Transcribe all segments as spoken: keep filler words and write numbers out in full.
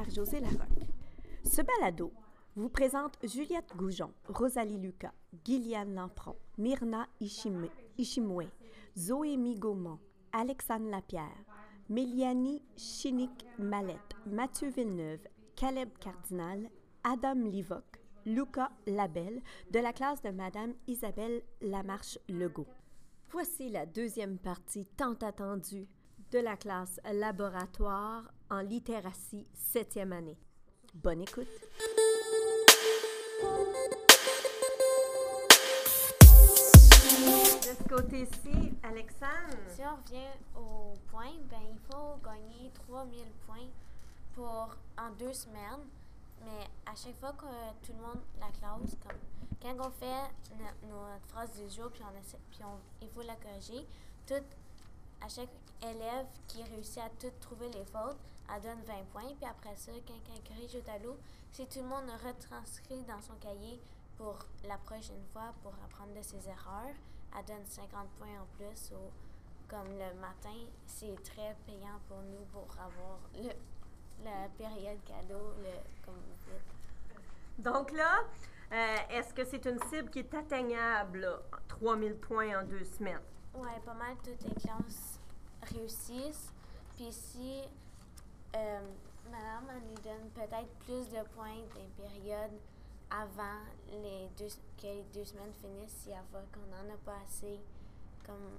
Marie-Josée Larocque. Ce balado vous présente Juliette Goujon, Rosalie Lucas, Guyliane Lampron, Myrna Ishimwe, Ishimwe, Zoémie Gaumont, Alexandre Lapierre, Mélianie Chinique-Mallette, Mathieu Villeneuve, Caleb Cardinal, Adam Livoc, Luca Labelle, de la classe de Madame Isabelle Lamarche-Legault. Voici la deuxième partie tant attendue de la classe laboratoire en littératie septième année. Bonne écoute! De ce côté-ci, Alexandre? Si on revient au point, ben il faut gagner trois mille points pour en deux semaines. Mais à chaque fois que tout le monde, la classe, comme quand on fait no- notre phrase du jour, puis, on essaie, puis on, il faut la corriger, tout, à chaque élève qui réussit à tout trouver les fautes, elle donne vingt points. Puis après ça, quand elle corrige au tableau, si tout le monde retranscrit dans son cahier pour la prochaine fois, pour apprendre de ses erreurs, elle donne cinquante points en plus. Au, comme le matin, c'est très payant pour nous pour avoir le, la période cadeau, le, comme vous dites. Donc là, euh, est-ce que c'est une cible qui est atteignable, là, trois mille points en deux semaines? Oui, pas mal toutes les classes réussissent. Puis si euh, madame elle nous donne peut-être plus de points des périodes avant les deux, que les deux semaines finissent, si elle voit qu'on n'en a pas assez, comme...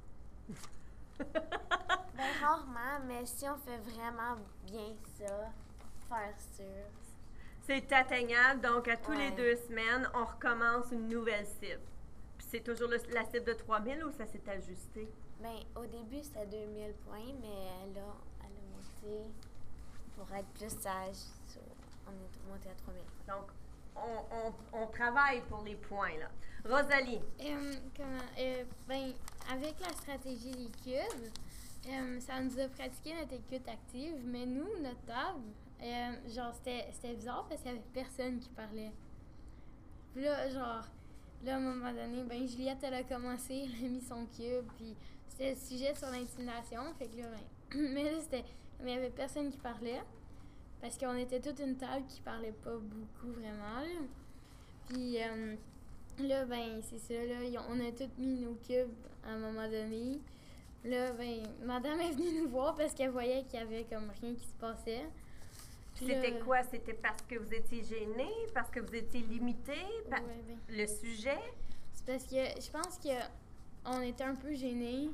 ben rarement, mais si on fait vraiment bien ça, faire sûr. C'est atteignable, donc à tous Ouais. les deux semaines, on recommence une nouvelle cible. Puis c'est toujours le- la cible de trois mille ou ça s'est ajusté? Ben au début c'était deux mille points, mais là, elle a monté pour être plus sage. So, on est monté à trois mille points. Donc, on, on- on travaille pour les points, là. Rosalie, Euh, comment, euh, ben, avec la stratégie des cubes, euh, ça nous a pratiqué notre écoute active, mais nous, notre table, euh, genre, c'était c'était bizarre parce qu'il y avait personne qui parlait. Puis là, genre, là, à un moment donné, ben, Juliette, elle a commencé, elle a mis son cube, puis c'était le sujet sur l'intimidation, fait que là, ben, mais là, c'était, mais il y avait personne qui parlait, parce qu'on était toute une table qui parlait pas beaucoup, vraiment, là. Puis, euh, là, ben, c'est ça, là, ils ont- on a tous mis nos cubes à un moment donné. Là, ben, madame est venue nous voir parce qu'elle voyait qu'il y avait comme rien qui se passait. Puis là, c'était quoi? C'était parce que vous étiez gêné, parce que vous étiez limité, pa- ouais, ben, le sujet? c'est parce que je pense que on était un peu gênés.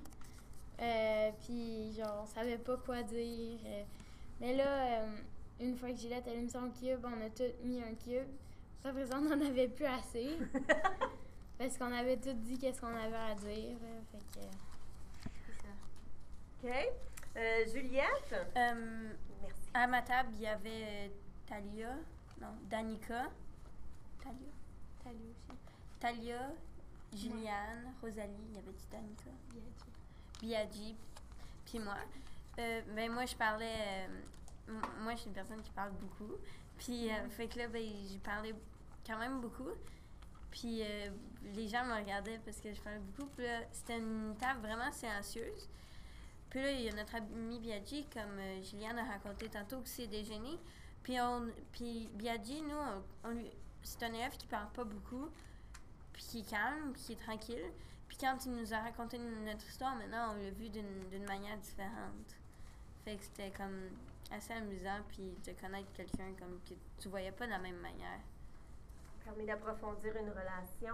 Euh, puis, genre, on savait pas quoi dire. euh. mais là, euh, une fois que Gillette a mis son cube, on a tous mis un cube. Ça présent, on n'en avait plus assez. Parce qu'on avait tous dit qu'est-ce qu'on avait à dire. là, fait que, c'est ça. OK. Euh, Juliette? Euh, Merci. à ma table, il y avait euh, Talia, non, Danica, Talia, Talia aussi, Talia, Juliane, Rosalie, il y avait Danica, Biagi, puis moi. Euh, ben moi, je parlais, euh, m- moi, je suis une personne qui parle beaucoup, puis euh, fait que là, ben, j'ai parlé quand même beaucoup. Puis euh, les gens me regardaient parce que je parlais beaucoup. Puis là, c'était une table vraiment silencieuse. Puis là, il y a notre ami Biagi, comme euh, Juliane a raconté tantôt, qui s'est déjeuné. Puis, on, puis Biagi, nous, on, on lui, c'est un élève qui parle pas beaucoup, puis qui est calme, puis qui est tranquille. Puis quand il nous a raconté notre histoire, maintenant, on l'a vu d'une, d'une manière différente. Fait que c'était comme assez amusant, puis de connaître quelqu'un comme que tu voyais pas de la même manière. Permet d'approfondir une relation.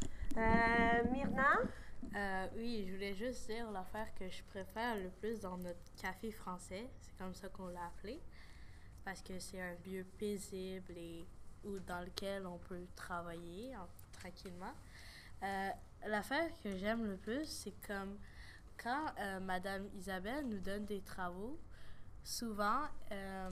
Euh, Myrna? Euh, oui, je voulais juste dire l'affaire que je préfère le plus dans notre café français, c'est comme ça qu'on l'a appelé, parce que c'est un lieu paisible et où, dans lequel on peut travailler en- tranquillement. Euh, l'affaire que j'aime le plus, c'est comme quand euh, Madame Isabelle nous donne des travaux, souvent, euh,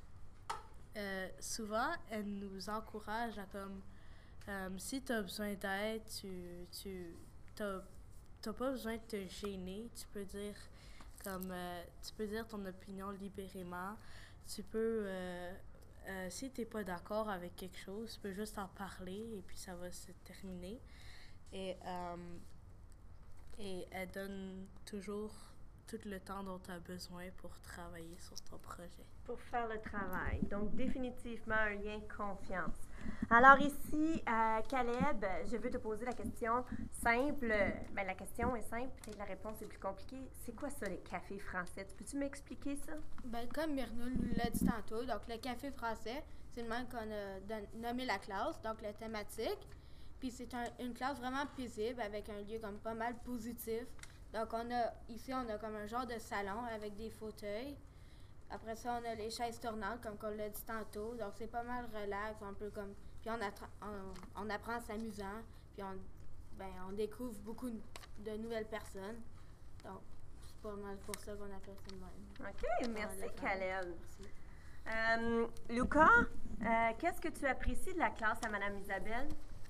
euh, souvent, elle nous encourage à comme, euh, si tu as besoin d'aide, tu, tu t'as T'as pas besoin de te gêner, tu peux dire comme euh, tu peux dire ton opinion libérément. Tu peux euh, euh, si t'es pas d'accord avec quelque chose, tu peux juste en parler et puis ça va se terminer. Et euh, et elle donne toujours tout le temps dont tu as besoin pour travailler sur ton projet. Pour faire le travail. Donc, définitivement, un lien de confiance. Alors ici, euh, Caleb, je veux te poser la question simple. Bien, la question est simple, peut-être la réponse est plus compliquée. C'est quoi ça, les cafés français? Peux-tu m'expliquer ça? Ben, comme Myrna nous l'a dit tantôt, donc le café français, c'est le même qu'on a don- nommé la classe, donc la thématique. Puis c'est un- une classe vraiment paisible avec un lieu comme pas mal positif. Donc on a ici on a comme un genre de salon avec des fauteuils. Après ça on a les chaises tournantes comme on l'a dit tantôt. Donc c'est pas mal relax, un peu comme puis on, attra- on, on apprend en s'amusant, puis on ben on découvre beaucoup de nouvelles personnes. Donc c'est pas mal pour ça qu'on appelle ça de même. OK, merci le temps. Caleb. Merci. Euh, Lucas, euh, qu'est-ce que tu apprécies de la classe à Madame Isabelle?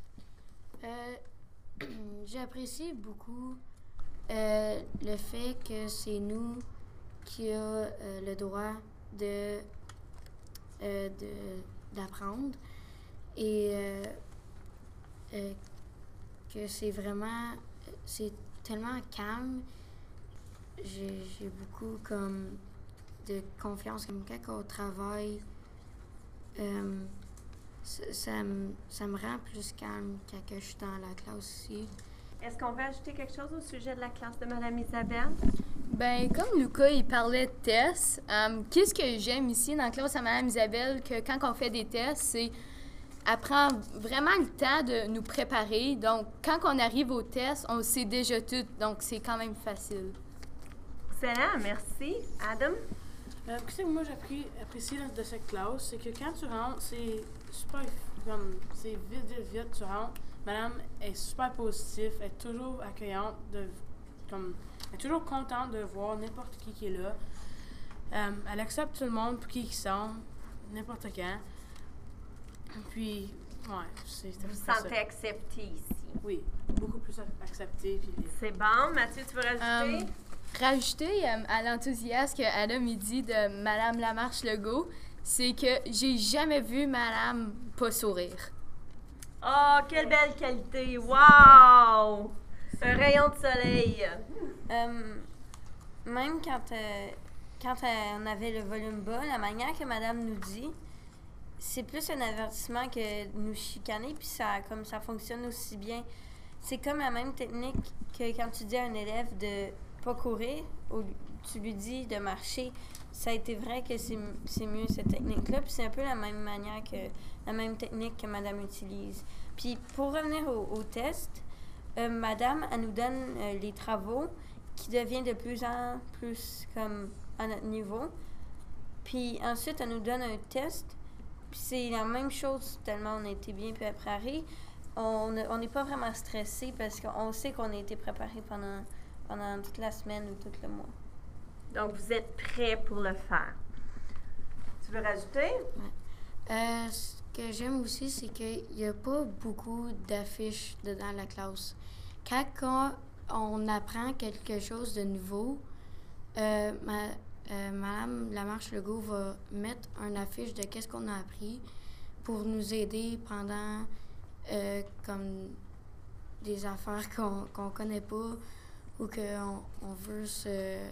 Euh, J'apprécie beaucoup euh, le fait que c'est nous qui a euh, le droit de, euh, de d'apprendre et euh, euh, que c'est vraiment c'est tellement calme. J'ai j'ai beaucoup comme de confiance comme quand on travaille. Euh, Ça, ça, me, ça me rend plus calme quand que je suis dans la classe aussi. Est-ce qu'on veut ajouter quelque chose au sujet de la classe de Madame Isabelle? Ben, comme Lucas, il parlait de tests, euh, qu'est-ce que j'aime ici dans la classe à Mme Isabelle, que quand on fait des tests, c'est elle prend vraiment le temps de nous préparer. Donc, quand on arrive au test, on sait déjà tout, donc c'est quand même facile. Excellent, merci. Adam? Euh, Qu'est-ce que moi j'apprécie de cette classe, c'est que quand tu rentres, c'est super, comme, c'est vite, vite, vite, tu rentres. Madame est super positive, elle est toujours accueillante, de, comme, elle est toujours contente de voir n'importe qui qui est là. Euh, elle accepte tout le monde pour qui ils sont, n'importe quand. Puis, ouais, c'est Vous vous c'est ça. sentez accepté ici. Oui, beaucoup plus accepté. Puis, C'est bon. Mathieu, tu veux rajouter? Euh, Rajouter euh, à l'enthousiasme que Adam il dit de Madame Lamarche-Legault, c'est que j'ai jamais vu Madame pas sourire. Oh, quelle belle qualité! Wow! Un rayon de soleil. Euh, même quand, euh, quand euh, on avait le volume bas, la manière que madame nous dit, c'est plus un avertissement que nous chicaner, puis ça, comme ça fonctionne aussi bien. C'est comme la même technique que quand tu dis à un élève de pas courir, ou tu lui dis de marcher. Ça a été vrai que c'est, c'est mieux cette technique-là, puis c'est un peu la même manière que, la même technique que madame utilise. Puis pour revenir au, au test, euh, madame, elle nous donne euh, les travaux qui deviennent de plus en plus comme à notre niveau. Puis ensuite, elle nous donne un test, puis c'est la même chose tellement on a été bien préparés. On n'est pas vraiment stressé parce qu'on sait qu'on a été préparé pendant, pendant toute la semaine ou tout le mois. Donc, vous êtes prêts pour le faire. Tu veux rajouter? Euh, ce que j'aime aussi, c'est qu'il n'y a pas beaucoup d'affiches dedans la classe. Quand, quand on apprend quelque chose de nouveau, euh, ma, euh, Madame Lamarche-Legault va mettre une affiche de qu'est-ce qu'on a appris pour nous aider pendant euh, comme des affaires qu'on qu'on connaît pas ou qu'on on veut se, euh,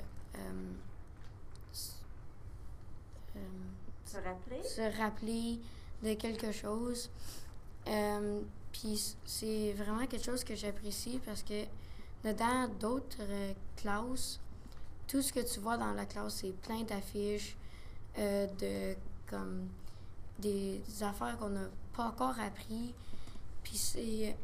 s- euh, Se rappeler? se rappeler de quelque chose. Euh, Puis c'est vraiment quelque chose que j'apprécie parce que dans d'autres euh, classes, tout ce que tu vois dans la classe, c'est plein d'affiches, euh, de comme des, des affaires qu'on n'a pas encore appris. Puis c'est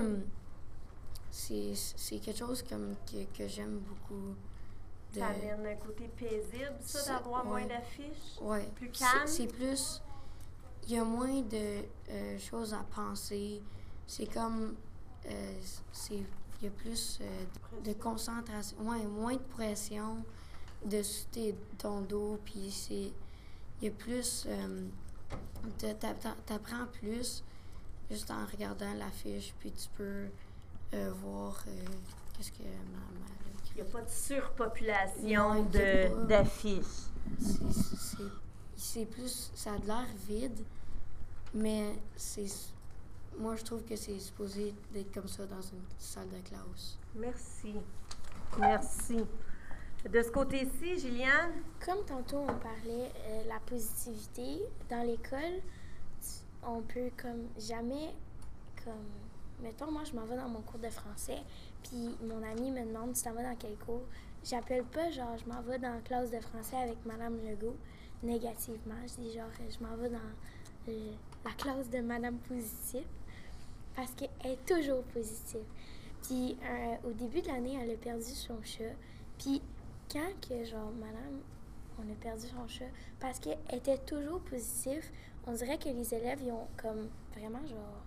c'est c'est quelque chose comme que, que j'aime beaucoup. De, Ça amène un côté paisible, ça, C'est- d'avoir moins ouais. d'affiches? ouais, Plus c'est- calme? C'est plus, il y a moins de euh, choses à penser. C'est comme, euh, c'est, il y a plus euh, de concentration, ouais, moins de pression dessus tes- ton dos, puis c'est, il y a plus, euh, de- t'a- t'a- t'apprends plus juste en regardant l'affiche, puis tu peux euh, voir euh, qu'est-ce que maman a écrit. Il n'y a pas de surpopulation Non, de- il y a pas. d'affiches. C'est, c'est, c'est plus, ça a de l'air vide, mais c'est, moi je trouve que c'est supposé d'être comme ça dans une salle de classe. Merci. Merci. De ce côté-ci, Juliane? Comme tantôt on parlait euh, la positivité dans l'école, on peut comme jamais comme mettons moi je m'en vais dans mon cours de français, puis mon ami me demande tu t'en vas dans quel cours. J'appelle pas genre je m'en vais dans la classe de français avec Madame Legault négativement, je dis genre je m'en vais dans euh, la classe de Madame Positive parce qu'elle est toujours positive. Puis euh, au début de l'année, elle a perdu son chat. Puis quand que, genre, madame, on a perdu son chat, parce qu'elle était toujours positive, on dirait que les élèves, ils ont comme vraiment, genre,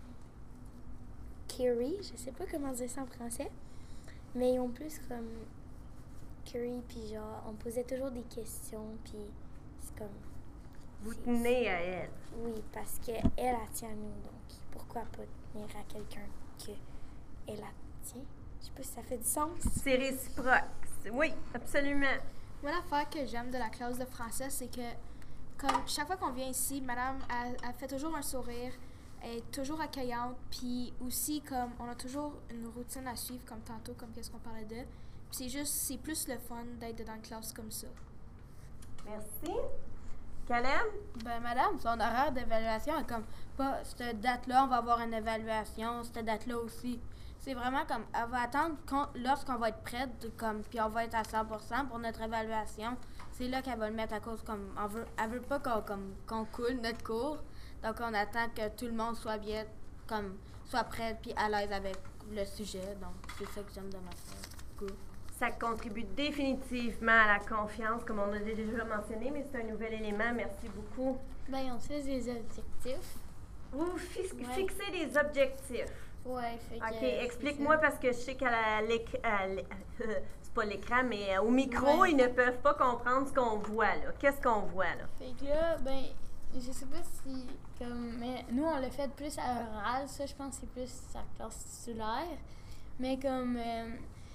carry, je sais pas comment dire ça en français, mais ils ont plus comme carry, puis genre, on posait toujours des questions, puis c'est comme... Vous tenez à elle. Oui, parce qu'elle, elle tient à nous, donc pourquoi pas tenir à quelqu'un qu'elle la tient? Je sais pas si ça fait du sens. C'est réciproque. Oui, absolument. Moi, l'affaire que j'aime de la classe de français, c'est que comme chaque fois qu'on vient ici, madame, elle, elle fait toujours un sourire, elle est toujours accueillante, puis aussi, comme, on a toujours une routine à suivre, comme tantôt, comme qu'est-ce qu'on parlait de. Puis c'est juste, c'est plus le fun d'être dans une classe comme ça. Merci. Caleb? Ben, madame, son horaire d'évaluation est comme, pas, cette date-là, on va avoir une évaluation, cette date-là aussi. C'est vraiment comme, elle va attendre lorsqu'on va être prête, comme, puis on va être à cent pour cent pour notre évaluation. C'est là qu'elle va le mettre à cause, comme, on veut, elle veut pas qu'on, comme, qu'on coule notre cours. Donc, on attend que tout le monde soit bien, comme, soit prêt puis à l'aise avec le sujet. Donc, c'est ça que j'aime de ma cours. Ça contribue définitivement à la confiance, comme on a déjà mentionné, mais c'est un nouvel élément. Merci beaucoup. Ben, on se fait des objectifs. Vous fix- Ouais. fixez des objectifs. Ouais, fait que... OK, euh, explique-moi parce que je sais qu'à la- l'éc- à l'é- c'est pas l'écran, mais au micro, Ouais. ils ne peuvent pas comprendre ce qu'on voit, là. Qu'est-ce qu'on voit, là? Fait que là, ben, je sais pas si, comme, mais nous, on l'a fait plus à l'oral, ça, je pense que c'est plus sa classe titulaire. Mais comme, euh,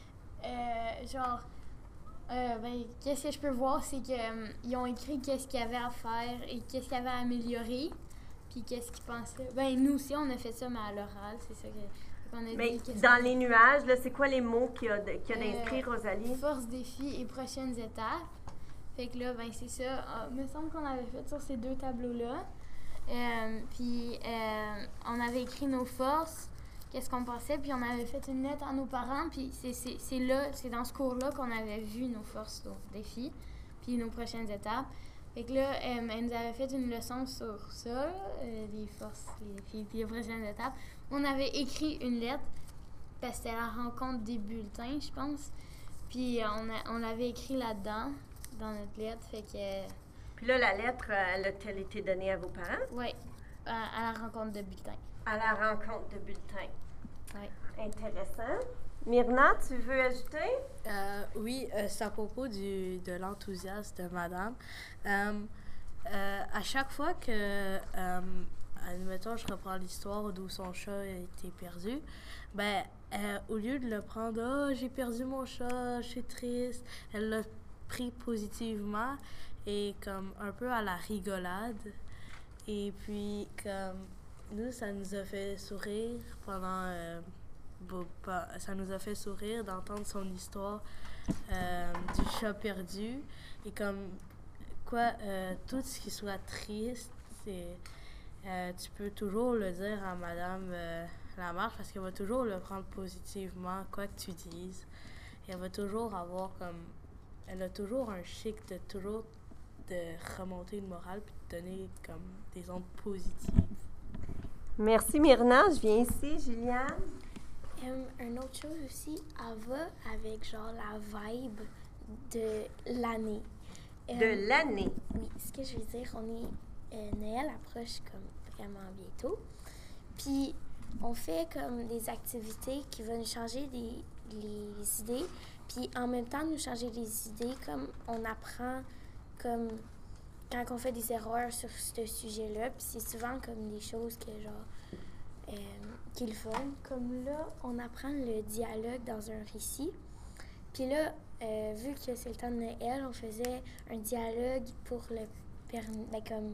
euh, genre, euh, ben, qu'est-ce que je peux voir, c'est qu'ils ont écrit qu'est-ce qu'il y avait à faire et qu'est-ce qu'il y avait à améliorer, puis qu'est-ce qu'ils pensaient. Ben, nous aussi, on a fait ça, mais à l'oral, c'est ça que, qu'on a Mais dit. qu'est-ce dans que- les nuages, là, c'est quoi les mots qu'il y a, de- qu'il y a d'inscrits, Euh, Rosalie? Force, défis et prochaines étapes. Fait que là, ben c'est ça. Ah, il me semble qu'on avait fait sur ces deux tableaux-là. Euh, puis euh, on avait écrit nos forces, qu'est-ce qu'on pensait, puis on avait fait une lettre à nos parents. Puis c'est, c'est, c'est là, c'est dans ce cours-là qu'on avait vu nos forces, nos défis, puis nos prochaines étapes. Fait que là, euh, elle nous avait fait une leçon sur ça, là, euh, les forces, les défis, puis les prochaines étapes. On avait écrit une lettre, parce que c'était la rencontre des bulletins, je pense. Puis on, a, on l'avait écrit là-dedans, dans notre lettre, fait que... Puis là, la lettre, euh, elle a-t-elle été donnée à vos parents? Oui, à, à la rencontre de bulletins. À la rencontre de bulletins. Oui. Intéressant. Myrna, tu veux ajouter? Euh, oui, euh, c'est à propos du, de l'enthousiasme de madame. Euh, euh, à chaque fois que, euh, admettons, je reprends l'histoire d'où son chat a été perdu, ben, euh, au lieu de le prendre, « Oh, j'ai perdu mon chat, je suis triste », elle l'a pris positivement et comme un peu à la rigolade. Et puis, comme nous, ça nous a fait sourire pendant... Euh, Bon, pas- ça nous a fait sourire d'entendre son histoire euh, du chat perdu. Et comme quoi, euh, tout ce qui soit triste, c'est, euh, tu peux toujours le dire à Madame euh, Lamarche parce qu'elle va toujours le prendre positivement, quoi que tu dises. Et elle va toujours avoir comme... Elle a toujours un chic de toujours de remonter le moral puis de donner comme des ondes positives. Merci, Myrna. Je viens ici, Juliane. Um, une autre chose aussi, elle va avec genre la vibe de l'année. De Um, l'année. Oui, ce que je veux dire, on est... euh, Noël approche comme vraiment bientôt. Puis, on fait comme des activités qui vont nous changer des, les idées. Puis, en même temps, nous changer les idées, comme on apprend, comme quand on fait des erreurs sur ce sujet-là. Puis, c'est souvent comme des choses que genre... Euh, qu'ils font. Comme là, on apprend le dialogue dans un récit. Puis là, euh, vu que c'est le temps de Noël, on faisait un dialogue pour le Père, ben, comme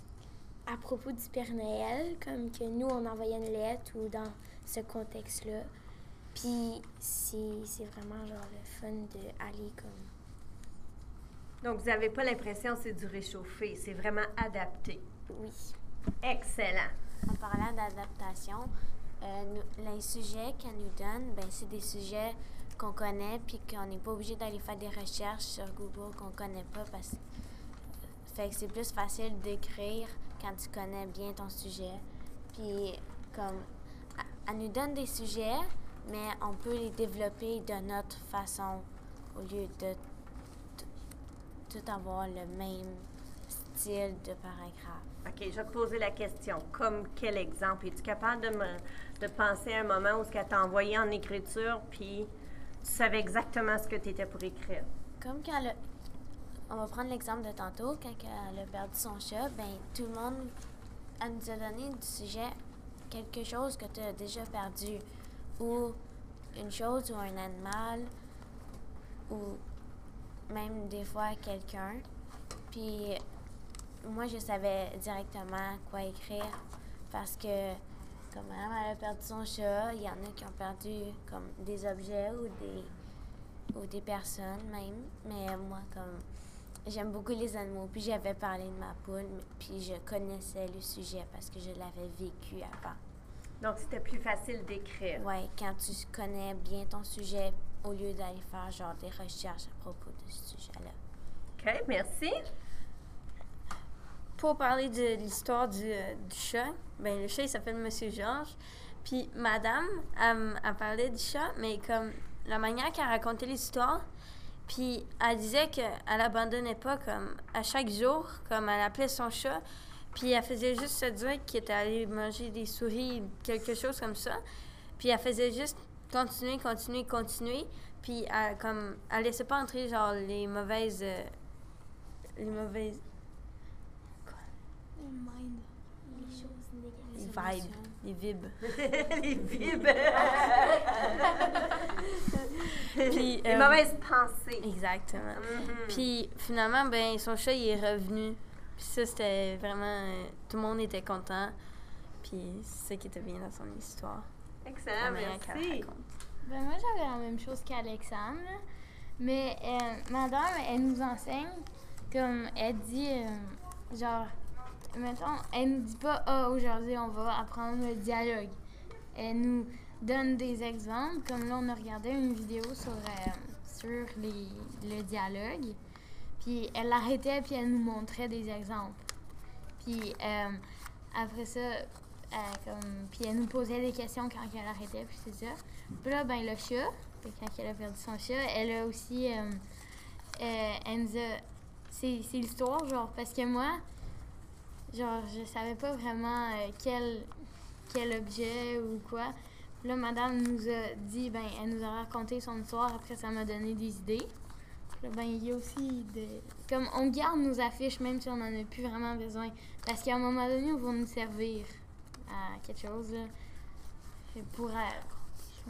à propos du Père Noël, comme que nous, on envoyait une lettre ou dans ce contexte-là. Puis c'est c'est vraiment genre le fun d'aller comme... Donc, vous n'avez pas l'impression que c'est du réchauffé, c'est vraiment adapté. Oui. Excellent. En parlant d'adaptation, euh, nous- les sujets qu'elle nous donne, ben, c'est des sujets qu'on connaît puis qu'on n'est pas obligé d'aller faire des recherches sur Google qu'on connaît pas parce que fait que c'est plus facile d'écrire quand tu connais bien ton sujet. Puis comme elle- elle nous donne des sujets, mais on peut les développer de notre façon au lieu de t- tout avoir le même style de paragraphe. OK, je vais te poser la question. Comme quel exemple? Es-tu capable de, me, de penser à un moment où ce qu'elle t'a envoyé en écriture, puis tu savais exactement ce que tu étais pour écrire? Comme quand le, on va prendre l'exemple de tantôt, quand elle a perdu son chat, ben tout le monde, elle nous a donné du sujet quelque chose que tu as déjà perdu, ou une chose ou un animal, ou même des fois quelqu'un. Puis moi, je savais directement quoi écrire parce que comme madame elle a perdu son chat, il y en a qui ont perdu comme des objets ou des ou des personnes même. Mais moi, comme j'aime beaucoup les animaux, puis j'avais parlé de ma poule, mais- puis je connaissais le sujet parce que je l'avais vécu avant. Donc, c'était plus facile d'écrire. Ouais, quand tu connais bien ton sujet, au lieu d'aller faire genre des recherches à propos de ce sujet-là. OK, merci. Pour parler de l'histoire du, euh, du chat, ben le chat, il s'appelle Monsieur Georges. Puis Madame, elle, elle parlait du chat, mais comme la manière qu'elle racontait l'histoire, puis elle disait qu'elle abandonnait pas, comme à chaque jour, comme elle appelait son chat, puis elle faisait juste se dire qu'il était allé manger des souris, quelque chose comme ça. Puis elle faisait juste continuer, continuer, continuer. Puis elle, comme, elle laissait pas entrer genre les mauvaises... euh, les mauvaises... Les vibes, les vibes. Les vibes. Puis, Les euh, mauvaises pensées. Exactement. Mhm. Puis finalement, ben son chat, il est revenu. Puis ça, c'était vraiment... euh, tout le monde était content. Puis c'est ça qui était bien dans son histoire. La Excellent, manière qu'elle merci. raconte. Ben moi, j'avais la même chose qu'Alexandre, là. Mais euh, madame, elle nous enseigne, comme elle dit, euh, genre, mettons, elle nous dit pas, ah, aujourd'hui, on va apprendre le dialogue. Elle nous donne des exemples, comme là, on a regardé une vidéo sur, euh, sur les, le dialogue, puis elle l'arrêtait, puis elle nous montrait des exemples. Puis euh, après ça, euh, comme, puis elle nous posait des questions quand elle arrêtait, puis c'est ça. Puis là, ben le chat, puis quand elle a perdu son chat, elle a aussi, euh, euh, elle nous a, c'est, c'est l'histoire, genre, parce que moi, genre, je savais pas vraiment euh, quel, quel objet ou quoi. Puis là, madame nous a dit, ben, elle nous a raconté son histoire, après ça m'a donné des idées. Puis là, ben, il y a aussi de... Comme, on garde nos affiches, même si on n'en a plus vraiment besoin. Parce qu'à un moment donné, on va nous servir à quelque chose, là. Fait pour... Euh,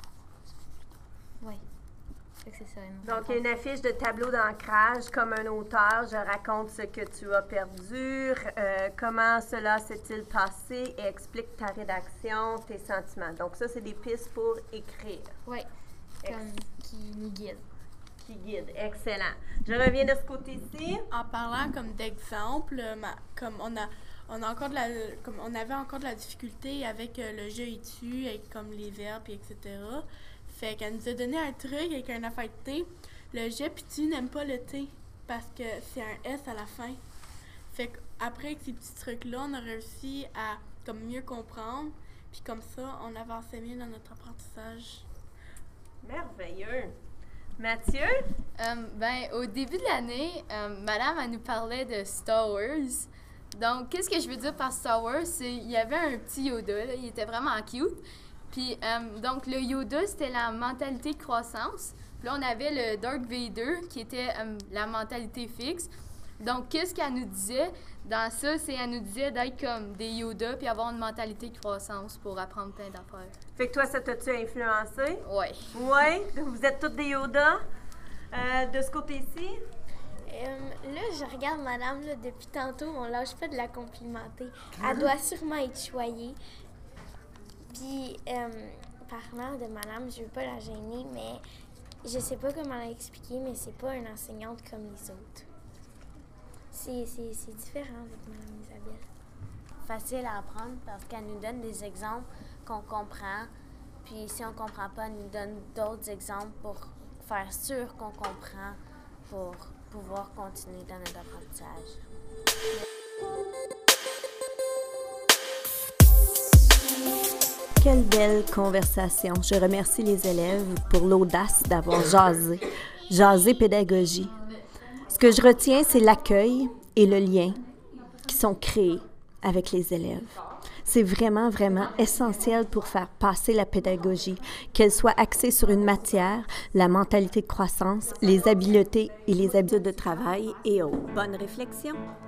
oui. Fait que c'est ça. une Donc, il y a une affiche de tableau d'ancrage. Comme un auteur, je raconte ce que tu as perdu, euh, comment cela s'est-il passé et explique ta rédaction, tes sentiments. Donc, ça, c'est des pistes pour écrire. Oui. Comme qui nous guide. Qui guide. Excellent. Je reviens de ce côté-ci. En parlant comme d'exemple, euh, ma- comme on a, on a encore de la, comme on avait encore de la difficulté avec euh, le je et tu, avec comme les verbes, et cetera. Fait qu'elle nous a donné un truc avec un affaire de T. Le je puis tu n'aime pas le T parce que c'est un S à la fin. Fait qu'après avec ces petits trucs-là, on a réussi à comme mieux comprendre. Puis comme ça, on avançait mieux dans notre apprentissage. Merveilleux. Mathieu? Euh, ben, au début de l'année, euh, madame, elle nous parlait de Star Wars. Donc, qu'est-ce que je veux dire par Star Wars? C'est il y avait un petit Yoda, là, il était vraiment cute. Puis, euh, donc, le Yoda, c'était la mentalité de croissance. Puis là, on avait le Darth Vader, qui était euh, la mentalité fixe. Donc, qu'est-ce qu'elle nous disait dans ça? C'est qu'elle nous disait d'être comme des Yoda, puis avoir une mentalité de croissance pour apprendre plein d'affaires. Fait que toi, ça t'a-tu influencé? Ouais. Oui. Vous êtes toutes des Yoda. Euh, de ce côté-ci? Euh, là, je regarde madame là, depuis tantôt, on lâche pas de la complimenter. Elle doit sûrement être choyée. Puis, euh, parlant de madame, je veux pas la gêner, mais je sais pas comment l'expliquer, mais c'est pas une enseignante comme les autres. C'est, c'est, c'est différent avec madame Isabelle. Facile à apprendre parce qu'elle nous donne des exemples qu'on comprend. Puis si on comprend pas, elle nous donne d'autres exemples pour faire sûr qu'on comprend pour pouvoir continuer dans notre apprentissage. Quelle belle conversation. Je remercie les élèves pour l'audace d'avoir jasé. Jasé pédagogie. Ce que je retiens, c'est l'accueil et le lien qui sont créés avec les élèves. C'est vraiment, vraiment essentiel pour faire passer la pédagogie, qu'elle soit axée sur une matière, la mentalité de croissance, les habiletés et les habitudes de travail et autres. Bonne réflexion!